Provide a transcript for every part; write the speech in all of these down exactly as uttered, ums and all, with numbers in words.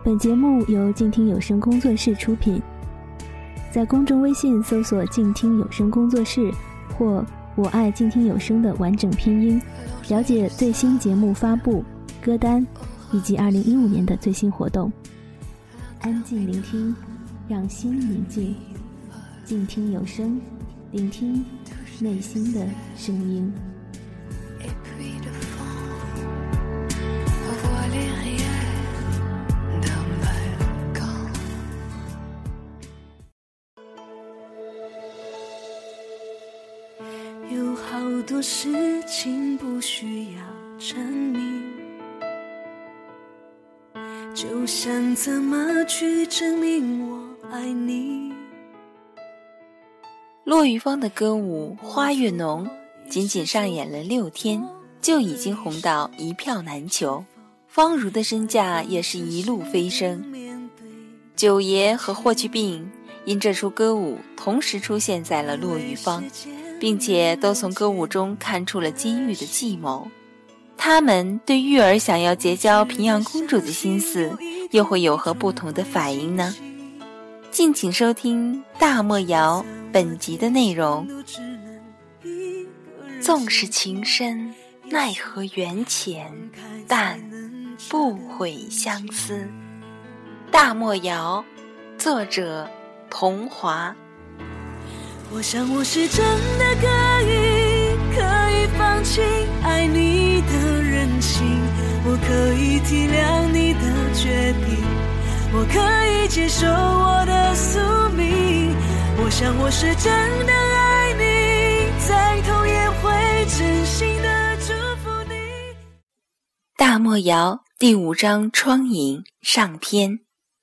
本节目由静听有声工作室出品，在公众微信搜索静听有声工作室或我爱静听有声的完整拼音，了解最新节目发布、歌单以及二零一五年的最新活动。安静聆听，让心宁静，静听有声，聆听内心的声音。 有好多事情不需要证明，就想怎么去证明我爱你。 骆玉芳的歌舞《花月浓》仅仅上演了六天，就已经红到一票难求。方如的身价也是一路飞升。九爷和霍去病因这出歌舞同时出现在了骆玉芳，并且都从歌舞中看出了金玉的计谋。他们对玉儿想要结交平阳公主的心思又会有何不同的反应呢？敬请收听大漠谣本集的内容。纵使情深奈何缘浅，但不悔相思。大漠谣，作者桐华。 我想我是真的可以可以放弃爱你的任性，我可以体谅你的决定，我可以接受我的宿命。我想我是真的爱你，再痛也会真心的祝福你。 大漠谣第五章窗影上篇。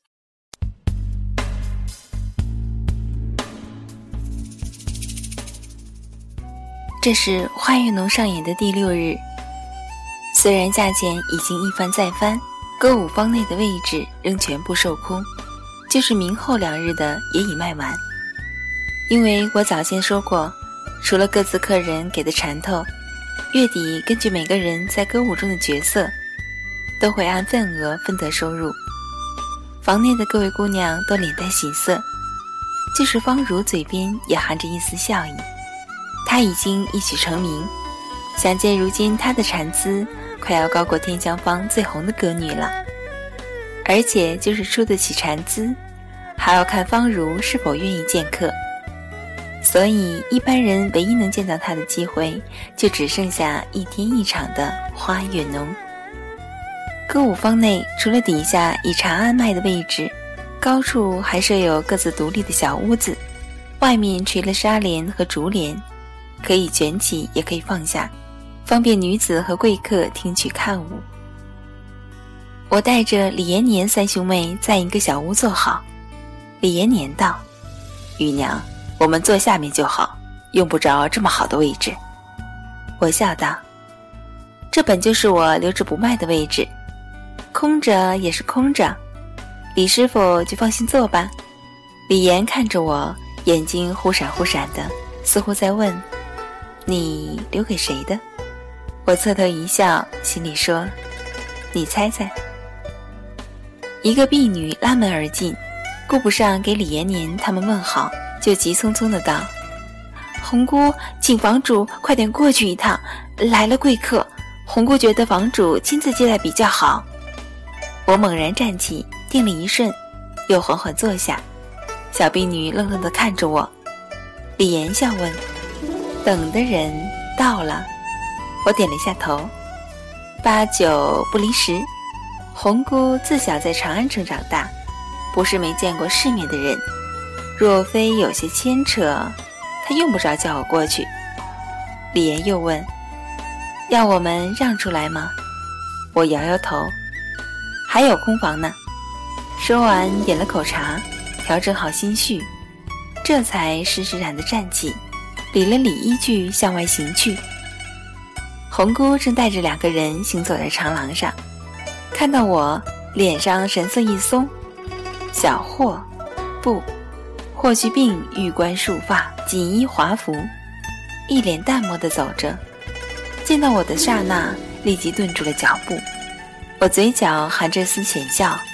这是花月浓上演的第六日，虽然价钱已经一翻再翻，歌舞坊内的位置仍全部售空，就是明后两日的也已卖完。因为我早先说过，除了各自客人给的缠头，月底根据每个人在歌舞中的角色，都会按份额分得收入。房内的各位姑娘都脸带喜色，就是方如嘴边也含着一丝笑意。她已经一曲成名，想见如今她的产资快要高过天香坊最红的歌女了。而且就是出得起产资，还要看方如是否愿意见客。所以一般人唯一能见到她的机会，就只剩下一天一场的花月浓。歌舞坊内除了底下以长安麦的位置，高处还设有各自独立的小屋子，外面垂了纱帘和竹帘，可以卷起也可以放下，方便女子和贵客听曲看舞。我带着李延年三兄妹在一个小屋坐好。李延年道：姨娘，我们坐下面就好，用不着这么好的位置。我笑道：这本就是我留着不卖的位置，空着也是空着，李师傅就放心坐吧。李延看着我，眼睛忽闪忽闪的，似乎在问：你留给谁的？我侧头一笑，心里说：你猜猜。一个婢女拉门而进，顾不上给李延年他们问好，就急匆匆的道：红姑，请房主快点过去一趟，来了贵客，红姑觉得房主亲自接待比较好。我猛然站起，定了一瞬，又缓缓坐下。小婢女愣愣地看着我。李延笑问：等的人到了？我点了一下头。八九不离十，红姑自小在长安城长大，不是没见过世面的人，若非有些牵扯，她用不着叫我过去。李岩又问：要我们让出来吗？我摇摇头。还有空房呢。说完饮了口茶，调整好心绪，这才施施然地站起，理了理衣具向外行去。红姑正带着两个人行走在长廊上，看到我，脸上神色一松。小霍不霍去病玉冠束发，锦衣华服，一脸淡漠地走着，见到我的刹那立即顿住了脚步。我嘴角含着丝浅笑，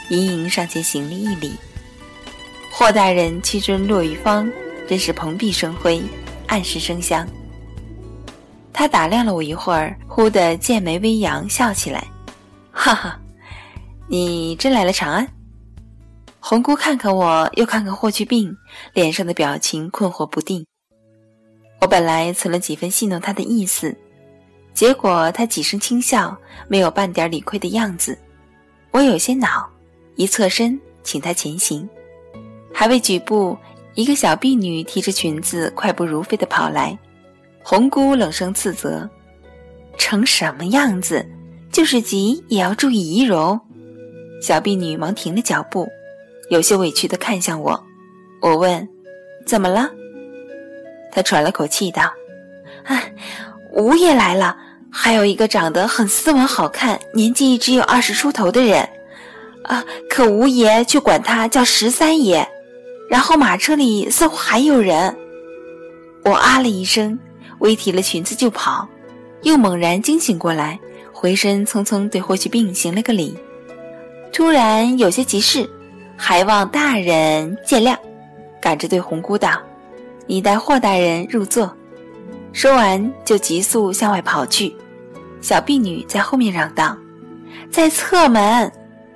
盈盈上前行了一礼。霍大人屈尊落玉方，真是蓬荜生辉，暗室生香。他打量了我一会儿，忽地剑眉微扬，笑起来，哈哈，你真来了长安？红姑看看我，又看看霍去病，脸上的表情困惑不定。我本来存了几分戏弄他的意思，结果他几声轻笑，没有半点理亏的样子。我有些恼，一侧身请他前行。还未举步，一个小婢女提着裙子快步如飞地跑来。红姑冷声斥责，成什么样子，就是急也要注意仪容。小婢女忙停了脚步，有些委屈地看向我。我问，怎么了？她喘了口气道，哎，吴爷来了，还有一个长得很斯文好看，年纪只有二十出头的人啊，可吴爷却管他叫十三爷，然后马车里似乎还有人。我啊了一声，微提了裙子就跑，又猛然惊醒过来，回身匆匆对霍去病行了个礼，突然有些急事，还望大人见谅，赶着对红姑道，你带霍大人入座。说完就急速向外跑去。小婢女在后面嚷道，在侧门。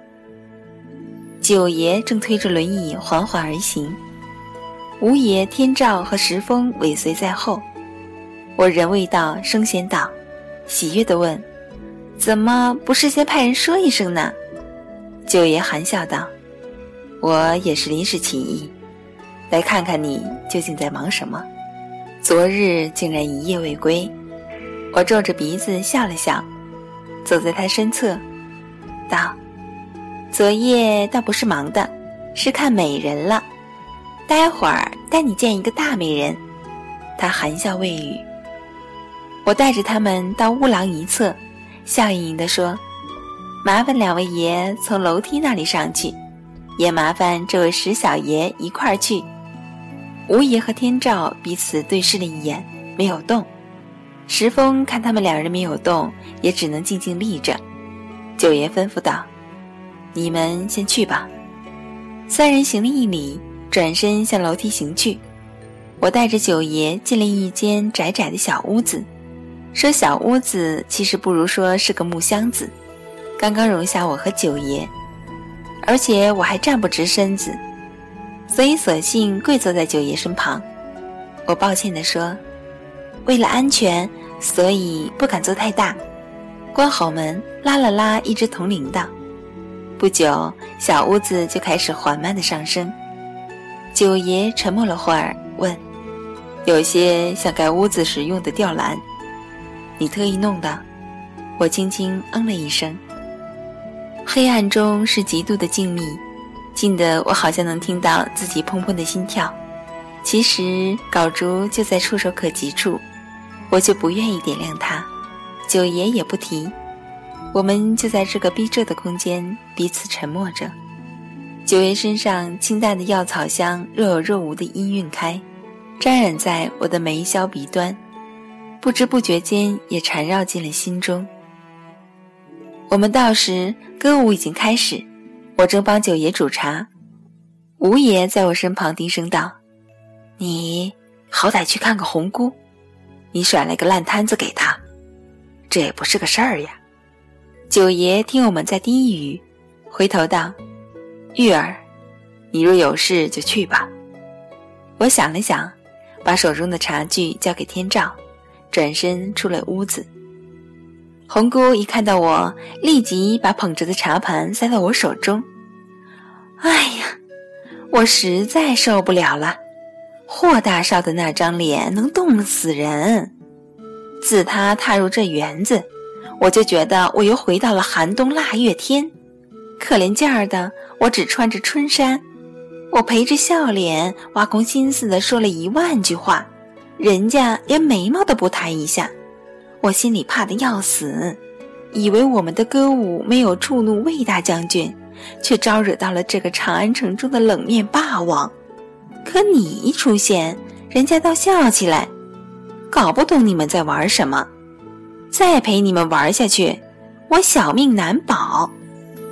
九爷正推着轮椅缓缓而行，吴爷、天照和石峰尾随在后。我人未到，声先到，喜悦地问，怎么不事先派人说一声呢？九爷含笑道，我也是临时起意，来看看你究竟在忙什么，昨日竟然一夜未归。我皱着鼻子笑了笑，走在他身侧道，昨夜倒不是忙的，是看美人了，待会儿带你见一个大美人。他含笑未语。我带着他们到屋廊一侧，笑盈盈地说，麻烦两位爷从楼梯那里上去，也麻烦这位石小爷一块儿去。吴爷和天照彼此对视了一眼，没有动。石峰看他们两人没有动，也只能静静立着。九爷吩咐道，你们先去吧。三人行了一礼，转身向楼梯行去。我带着九爷进了一间窄窄的小屋子，说小屋子其实不如说是个木箱子，刚刚容下我和九爷，而且我还站不直身子，所以索性跪坐在九爷身旁。我抱歉地说，为了安全，所以不敢坐太大。关好门，拉了拉一只铜铃道。不久，小屋子就开始缓慢地上升。九爷沉默了会儿，问，有些像盖屋子时用的吊篮，你特意弄的？我轻轻嗯了一声。黑暗中是极度的静谧，静得我好像能听到自己砰砰的心跳。其实缟烛就在触手可及处，我却不愿意点亮它，九爷也不提。我们就在这个逼仄的空间彼此沉默着。九爷身上清淡的药草香若有若无地氤氲开，沾染在我的眉梢鼻端，不知不觉间也缠绕进了心中。我们到时，歌舞已经开始，我正帮九爷煮茶。吴爷在我身旁低声道，你好歹去看个红姑，你选了个烂摊子给他，这也不是个事儿呀。九爷听我们在低语，回头道，玉儿，你若有事就去吧。我想了想，把手中的茶具交给天照，转身出了屋子。红姑一看到我，立即把捧着的茶盘塞到我手中。哎呀，我实在受不了了，霍大少的那张脸能冻死人。自他踏入这园子，我就觉得我又回到了寒冬腊月天。可怜劲儿的，我只穿着春衫，我陪着笑脸，挖空心思地说了一万句话，人家连眉毛都不抬一下。我心里怕得要死，以为我们的歌舞没有触怒魏大将军，却招惹到了这个长安城中的冷面霸王。可你一出现，人家倒笑起来，搞不懂你们在玩什么。再陪你们玩下去，我小命难保。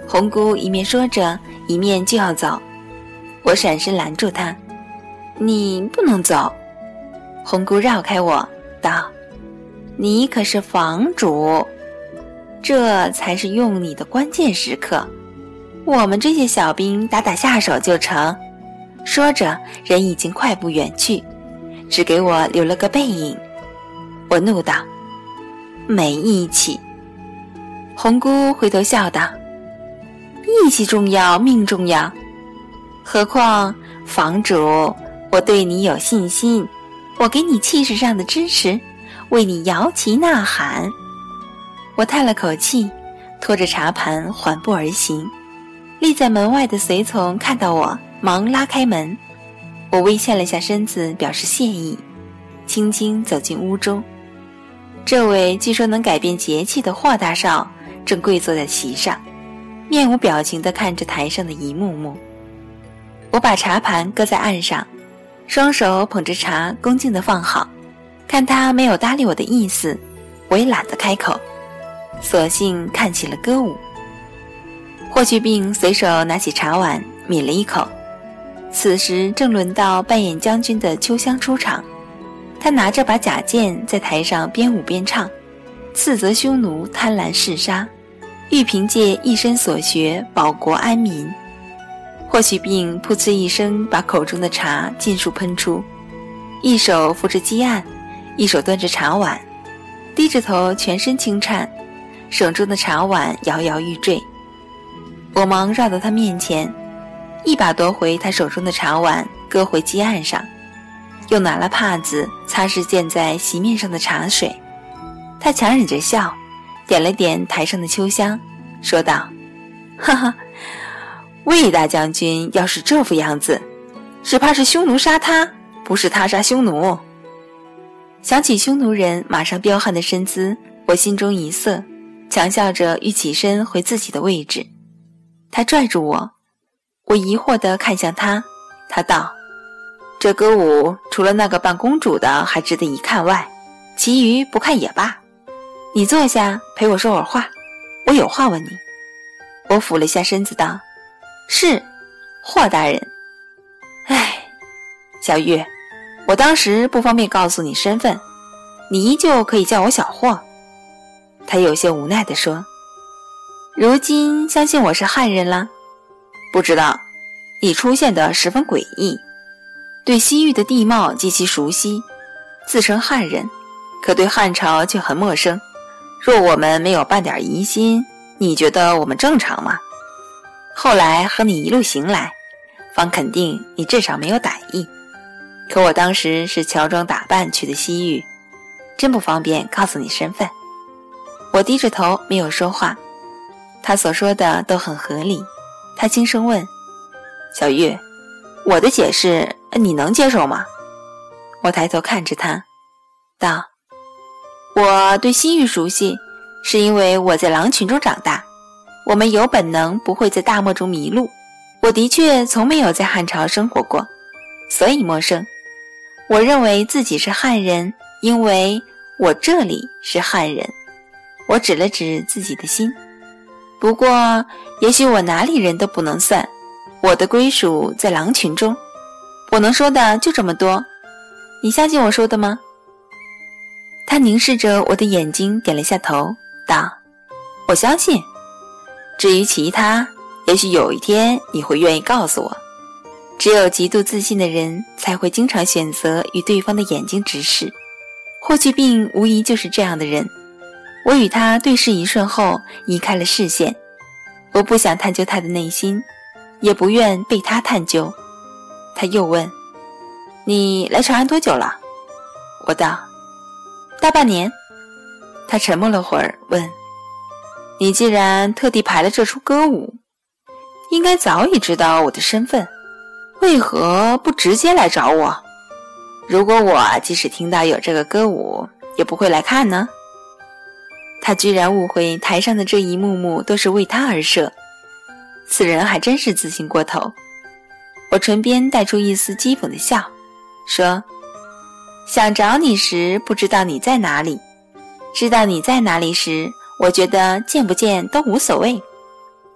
红姑一面说着，一面就要走。我闪身拦住她：“你不能走。”红姑绕开我，道：“你可是房主，这才是用你的关键时刻。我们这些小兵打打下手就成。”说着，人已经快步远去，只给我留了个背影。我怒道：“没义气。”红姑回头笑道：“义气重要，命重要。何况房主，我对你有信心，我给你气势上的支持，为你摇旗呐喊。”我叹了口气，拖着茶盘缓步而行。立在门外的随从看到我，忙拉开门。我微欠了下身子表示谢意，轻轻走进屋中。这位据说能改变节气的霍大少正跪坐在席上，面无表情地看着台上的一幕幕。我把茶盘搁在案上，双手捧着茶恭敬地放好，看他没有搭理我的意思，我也懒得开口，索性看起了歌舞。霍去病随手拿起茶碗抿了一口，此时正轮到扮演将军的秋香出场。他拿着把假剑在台上边舞边唱，斥责匈奴贪婪嗜杀，欲凭借一身所学保国安民。霍去病噗呲一声把口中的茶尽数喷出，一手扶着基案，一手端着茶碗，低着头全身轻颤，手中的茶碗摇摇欲坠。我忙绕到他面前，一把夺回他手中的茶碗，搁回基案上，又拿了帕子擦拭溅在席面上的茶水。他强忍着笑，点了点台上的秋香，说道：“哈哈，魏大将军要是这副样子，只怕是匈奴杀他，不是他杀匈奴。”想起匈奴人马上彪悍的身姿，我心中一涩，强笑着欲起身回自己的位置。他拽住我，我疑惑地看向他，他道：“这歌舞除了那个扮公主的还值得一看外，其余不看也罢。你坐下陪我说会儿话，我有话问你。”我俯了下身子道：“是，霍大人。”唉，小玉，我当时不方便告诉你身份，你依旧可以叫我小霍。他有些无奈地说：“如今相信我是汉人了？不知道，你出现得十分诡异，对西域的地貌极其熟悉，自称汉人，可对汉朝却很陌生。若我们没有半点疑心，你觉得我们正常吗？后来和你一路行来，方肯定你至少没有歹意。可我当时是乔装打扮去的西域，真不方便告诉你身份。”我低着头没有说话。他所说的都很合理。他轻声问：“小玉，我的解释你能接受吗？”我抬头看着他，道：“我对西域熟悉，是因为我在狼群中长大，我们有本能不会在大漠中迷路。我的确从没有在汉朝生活过，所以陌生。我认为自己是汉人，因为我这里是汉人。”我指了指自己的心。不过也许我哪里人都不能算，我的归属在狼群中。我能说的就这么多，你相信我说的吗？他凝视着我的眼睛，点了下头，道：“我相信。至于其他，也许有一天你会愿意告诉我。只有极度自信的人才会经常选择与对方的眼睛直视。霍去病无疑就是这样的人。”我与他对视一瞬后，移开了视线。我不想探究他的内心，也不愿被他探究。他又问：“你来长安多久了？”我道：“大半年。”他沉默了会儿，问：“你既然特地排了这出歌舞，应该早已知道我的身份，为何不直接来找我？如果我即使听到有这个歌舞，也不会来看呢？”他居然误会台上的这一幕幕都是为他而设，此人还真是自信过头。我唇边带出一丝讥讽的笑，说：“想找你时不知道你在哪里，知道你在哪里时，我觉得见不见都无所谓。”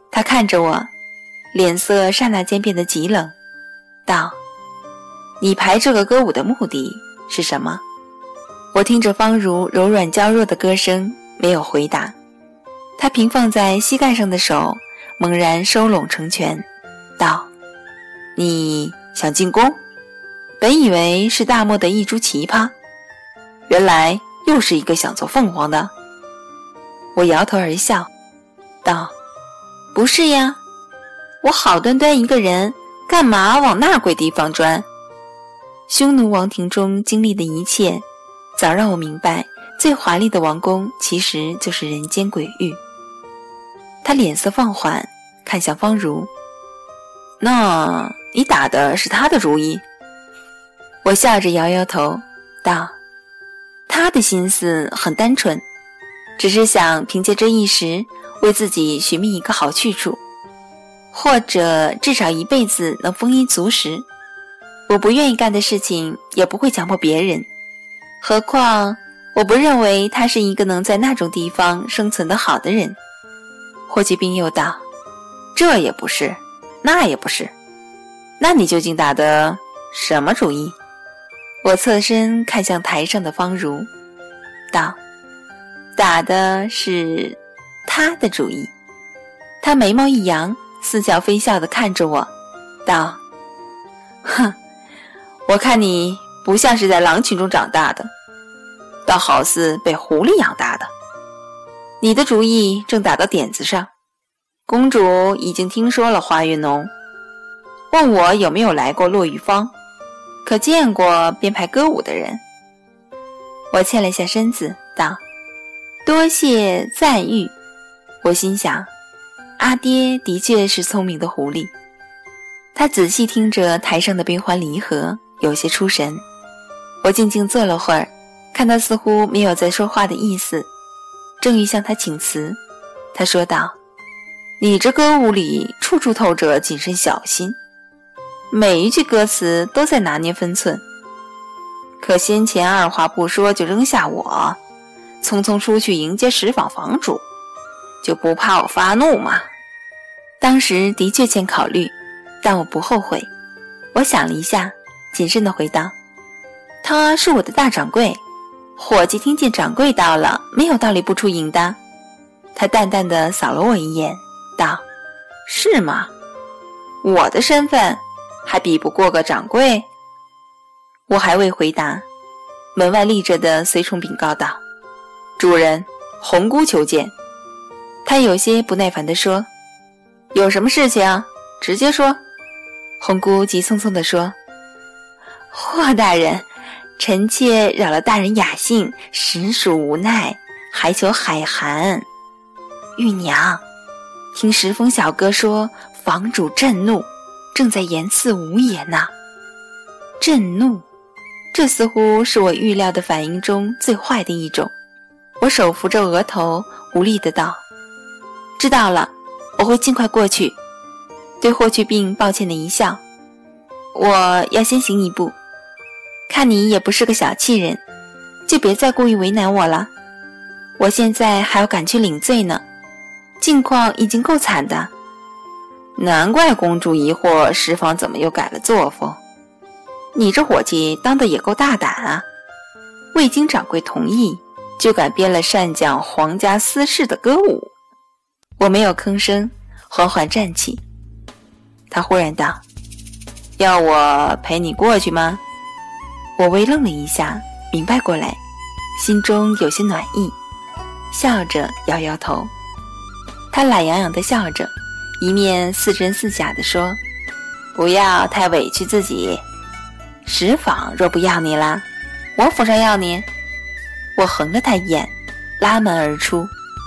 他看着我，脸色刹那间变得极冷，道：你排这个歌舞的目的是什么？我听着方如柔软娇弱的歌声，没有回答。他平放在膝盖上的手猛然收拢成拳，道：你想进宫？本以为是大漠的一株奇葩，原来又是一个想做凤凰的。我摇头而笑，道：不是呀，我好端端一个人，干嘛往那鬼地方钻？匈奴王庭中经历的一切，早让我明白，最华丽的王宫其实就是人间鬼域。他脸色放缓，看向方如：那你打的是他的主意？我笑着摇摇头，道：他的心思很单纯，只是想凭借这一时为自己寻觅一个好去处，或者至少一辈子能丰衣足食。我不愿意干的事情也不会强迫别人，何况我不认为他是一个能在那种地方生存的好的人。霍去病又道：这也不是，那也不是，那你究竟打的什么主意？我侧身看向台上的方如，道：打的是他的主意。他眉毛一扬，似笑非笑地看着我，道：哼，我看你不像是在狼群中长大的，倒好似被狐狸养大的。你的主意正打到点子上，公主已经听说了花月浓，问我有没有来过落玉坊，可见过编排歌舞的人。我欠了下身子，道：多谢赞誉。我心想，阿爹的确是聪明的狐狸。他仔细听着台上的悲欢离合，有些出神。我静静坐了会儿，看他似乎没有再说话的意思，正欲向他请辞，他说道：你这歌舞里处处透着谨慎小心，每一句歌词都在拿捏分寸，可先前二话不说就扔下我，匆匆出去迎接十坊房主，就不怕我发怒吗？当时的确欠考虑，但我不后悔。我想了一下，谨慎地回道：他是我的大掌柜，伙计听见掌柜到了，没有道理不出迎的。他淡淡地扫了我一眼，道：是吗？我的身份还比不过个掌柜？我还未回答，门外立着的随从禀告道：主人，红姑求见。他有些不耐烦地说：有什么事情直接说。红姑急匆匆地说：霍大人，臣妾扰了大人雅兴，实属无奈，还求海涵。玉娘，听石峰小哥说房主震怒，正在严赐无言呐。震怒，这似乎是我预料的反应中最坏的一种。我手扶着额头，无力地道：知道了，我会尽快过去。对霍去病抱歉的一笑：我要先行一步，看你也不是个小气人，就别再故意为难我了。我现在还要赶去领罪呢，境况已经够惨的。难怪公主疑惑石坊怎么又改了作风，你这伙计当得也够大胆啊，未经掌柜同意就敢编了擅讲皇家私事的歌舞。我没有吭声，缓缓站起。他忽然道：要我陪你过去吗？我微愣了一下，明白过来，心中有些暖意，笑着摇摇头。他懒洋洋地笑着，一面似真似假地说：不要太委屈自己，石坊若不要你啦，我府上要你。我横了他一眼，拉门而出。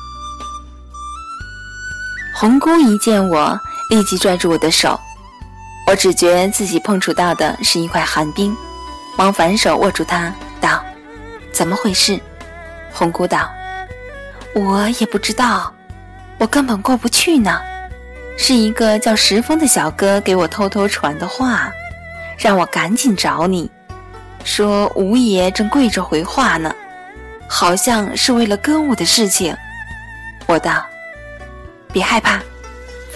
红姑一见我，立即拽住我的手，我只觉自己碰触到的是一块寒冰，忙反手握住他，道：怎么回事？红姑道：我也不知道，我根本过不去呢，是一个叫石峰的小哥给我偷偷传的话，让我赶紧找你，说吴爷正跪着回话呢，好像是为了歌舞的事情。我道：别害怕，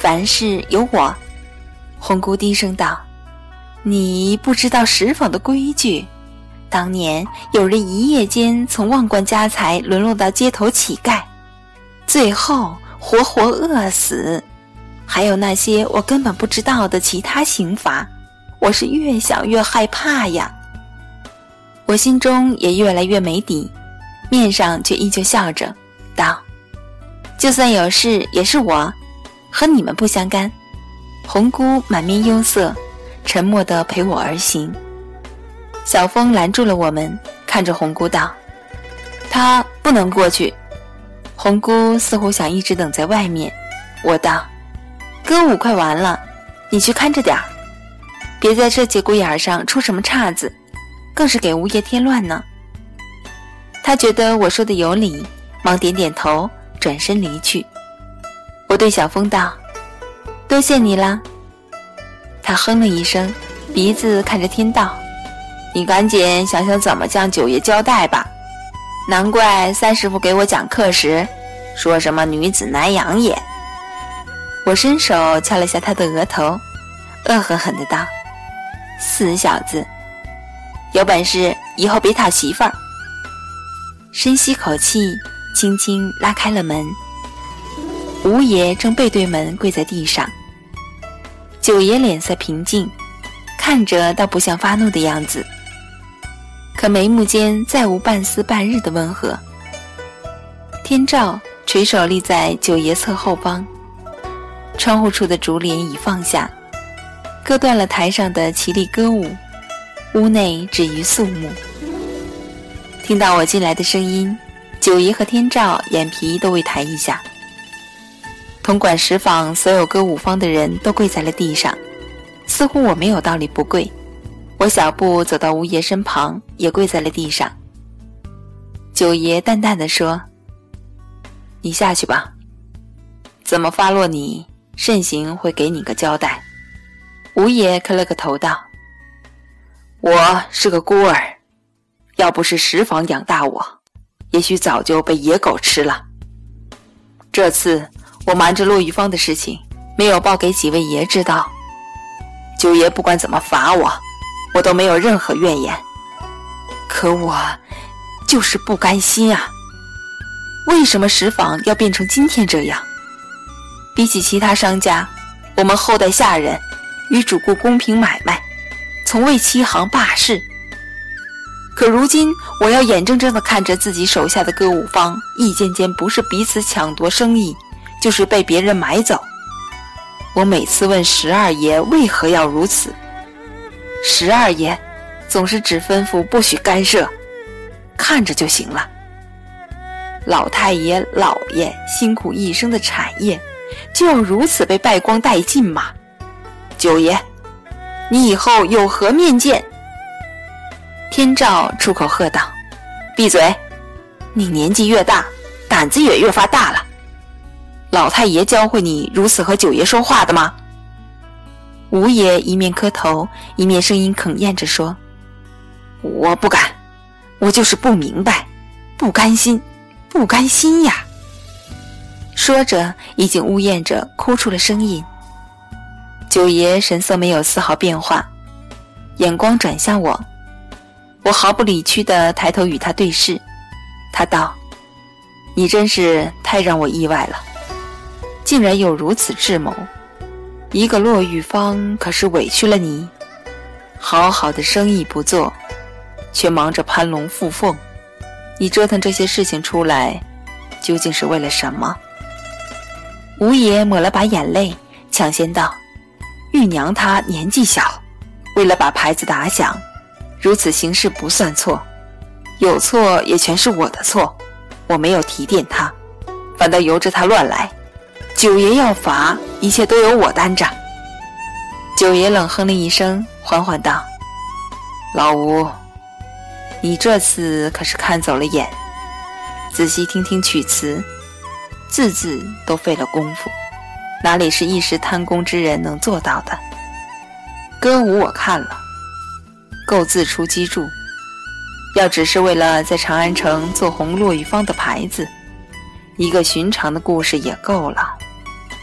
凡事有我。红姑低声道，你不知道石坊的规矩，当年有人一夜间从万贯家财沦落到街头乞丐，最后活活饿死，还有那些我根本不知道的其他刑罚，我是越想越害怕呀。我心中也越来越没底，面上却依旧笑着道，就算有事也是我，和你们不相干。红姑满面忧色，沉默地陪我而行。小风拦住了我们，看着红姑道，他不能过去。红姑似乎想一直等在外面。我道，歌舞快完了，你去看着点儿，别在这节骨眼上出什么岔子，更是给吴爷添乱呢。他觉得我说的有理，忙点点头，转身离去。我对小风道，多谢你了。他哼了一声，鼻子看着天道，你赶紧想想怎么向九爷交代吧。难怪三师傅给我讲课时说什么女子难养也。我伸手敲了下他的额头，恶狠狠地道，死小子，有本事以后别讨媳妇儿。深吸口气，轻轻拉开了门。吴爷正背对门跪在地上，九爷脸色平静，看着倒不像发怒的样子，可眉目间再无半丝半日的温和。天照垂手立在九爷侧后方，窗户处的竹帘已放下，割断了台上的绮丽歌舞，屋内止于肃穆。听到我进来的声音，九爷和天照眼皮都未抬一下。统管石坊所有歌舞坊的人都跪在了地上，似乎我没有道理不跪。我小步走到吴爷身旁，也跪在了地上。九爷淡淡地说，你下去吧，怎么发落你，慎行会给你个交代。吴爷磕了个头道，我是个孤儿，要不是石坊养大我，也许早就被野狗吃了。这次我瞒着骆玉芳的事情没有报给几位爷知道，九爷不管怎么罚我，我都没有任何怨言，可我就是不甘心啊！为什么石坊要变成今天这样？比起其他商家，我们后代下人与主顾公平买卖，从未欺行霸市。可如今我要眼睁睁地看着自己手下的歌舞坊一间间不是彼此抢夺生意，就是被别人买走。我每次问十二爷为何要如此，十二爷总是只吩咐不许干涉，看着就行了。老太爷老爷辛苦一生的产业就要如此被败光殆尽吗？九爷，你以后有何面见？天照出口喝道，闭嘴，你年纪越大，胆子也越发大了。老太爷教会你如此和九爷说话的吗？吴爷一面磕头，一面声音哽咽着说，我不敢，我就是不明白，不甘心，不甘心呀。说着已经呜咽着哭出了声音。九爷神色没有丝毫变化，眼光转向我，我毫不理屈地抬头与他对视。他道，你真是太让我意外了，竟然有如此智谋。一个骆玉芳可是委屈了你，好好的生意不做，却忙着攀龙附凤，你折腾这些事情出来，究竟是为了什么？吴爷抹了把眼泪，抢先道，玉娘她年纪小，为了把牌子打响，如此行事不算错，有错也全是我的错，我没有提点她，反倒由着她乱来，九爷要罚，一切都由我担着。九爷冷哼了一声，缓缓道，老吴，你这次可是看走了眼，仔细听听曲词，字字都费了功夫，哪里是一时贪功之人能做到的。歌舞我看了，够字出机杼，要只是为了在长安城做红骆玉芳的牌子，一个寻常的故事也够了。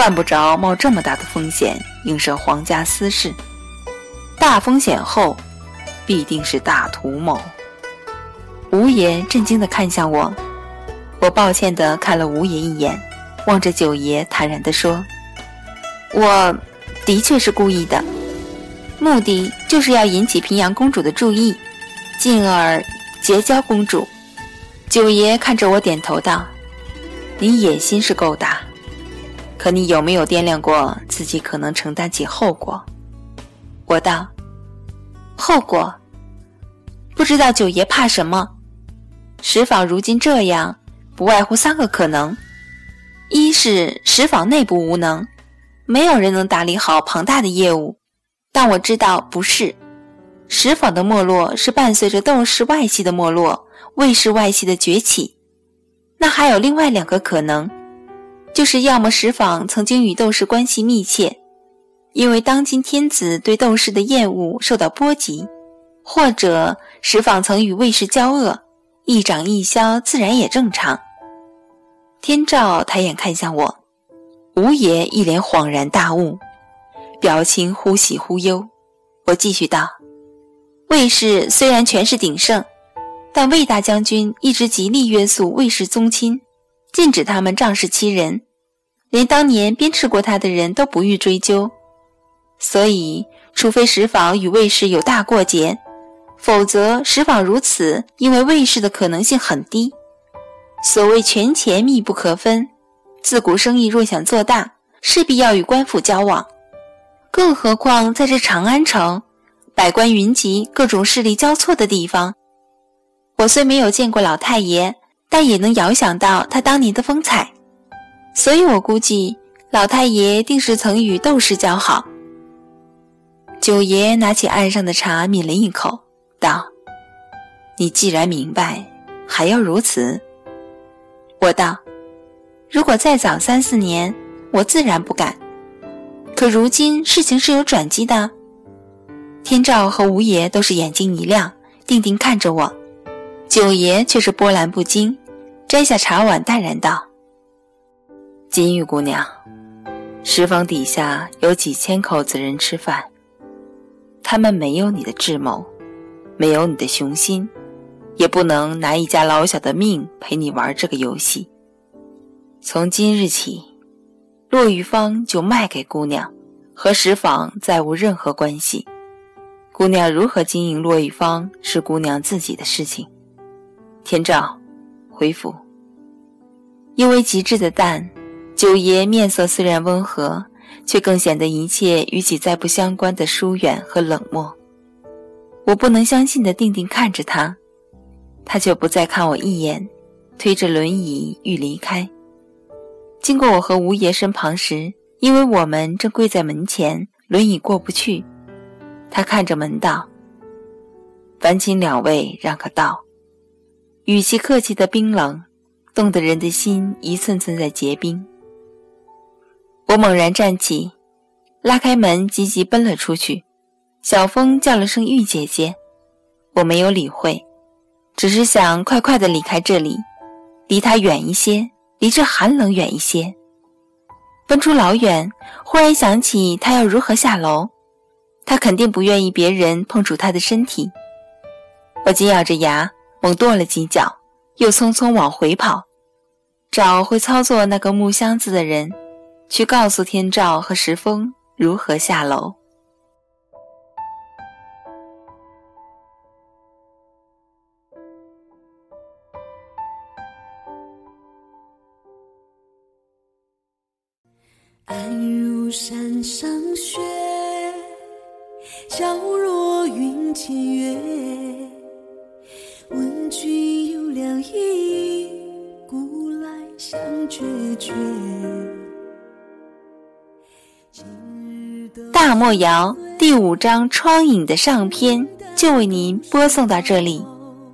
犯不着冒这么大的风险映射皇家私事，大风险后必定是大图谋。吴爷震惊地看向我，我抱歉地看了吴爷一眼，望着九爷坦然地说，我的确是故意的，目的就是要引起平阳公主的注意，进而结交公主。九爷看着我点头道，你野心是够大，可你有没有掂量过自己可能承担起后果？我道，后果？不知道九爷怕什么？石坊如今这样，不外乎三个可能：一是石坊内部无能，没有人能打理好庞大的业务，但我知道不是。石坊的没落是伴随着窦氏外系的没落，魏氏外系的崛起。那还有另外两个可能，就是要么石坊曾经与窦氏关系密切，因为当今天子对窦氏的厌恶受到波及，或者石坊曾与魏氏交恶，一涨一消自然也正常。天照抬眼看向我，吴爷一脸恍然大悟，表情忽喜忽忧。我继续道，魏氏虽然权势鼎盛，但魏大将军一直极力约束魏氏宗亲，禁止他们仗势欺人，连当年鞭笞过他的人都不予追究。所以除非石坊与魏氏有大过节，否则石坊如此，因为魏氏的可能性很低。所谓权钱密不可分，自古生意若想做大，势必要与官府交往，更何况在这长安城，百官云集，各种势力交错的地方。我虽没有见过老太爷，但也能遥想到他当年的风采，所以我估计老太爷定是曾与窦氏交好。九爷拿起案上的茶抿了一口，道，你既然明白，还要如此？我道，如果再早三四年，我自然不敢，可如今事情是有转机的。天照和吴爷都是眼睛一亮，定定看着我，九爷却是波澜不惊，摘下茶碗淡然道，金玉姑娘，石坊底下有几千口子人吃饭，他们没有你的智谋，没有你的雄心，也不能拿一家老小的命陪你玩这个游戏。从今日起，骆玉芳就卖给姑娘，和石坊再无任何关系。姑娘如何经营骆玉芳是姑娘自己的事情。天照，回府。因为极致的淡，九爷面色虽然温和，却更显得一切与己再不相关的疏远和冷漠。我不能相信地定定看着他，他却不再看我一眼，推着轮椅欲离开。经过我和吴爷身旁时，因为我们正跪在门前，轮椅过不去，他看着门道，烦请两位让个道。语气客气的冰冷，冻得人的心一寸寸在结冰。我猛然站起，拉开门，急急奔了出去。小风叫了声玉姐姐，我没有理会，只是想快快地离开这里，离他远一些，离这寒冷远一些。奔出老远，忽然想起他要如何下楼，他肯定不愿意别人碰触他的身体。我紧咬着牙，猛跺了几脚，又匆匆往回跑，找会操作那个木箱子的人，去告诉天照和石峰如何下楼。 暗如山上雪，皎若云间月，问君有两意，古来相决绝。 大漠谣第五章窗影的上篇就为您播送到这里，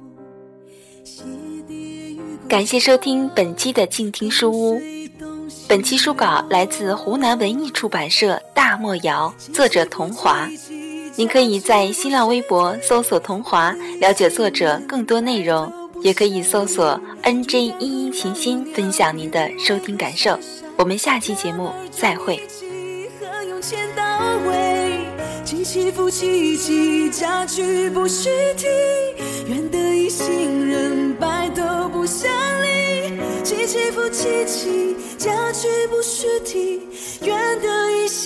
感谢收听本期的静听书屋。本期书稿来自湖南文艺出版社大漠谣，作者桐华。您可以在新浪微博搜索桐华了解作者更多内容，也可以搜索 N J 一一琴心分享您的收听感受。 我们下期节目再会。 起起伏起起，家具不许提，愿得一心人，百都不相离。起起伏起起，家具不许提，愿得一心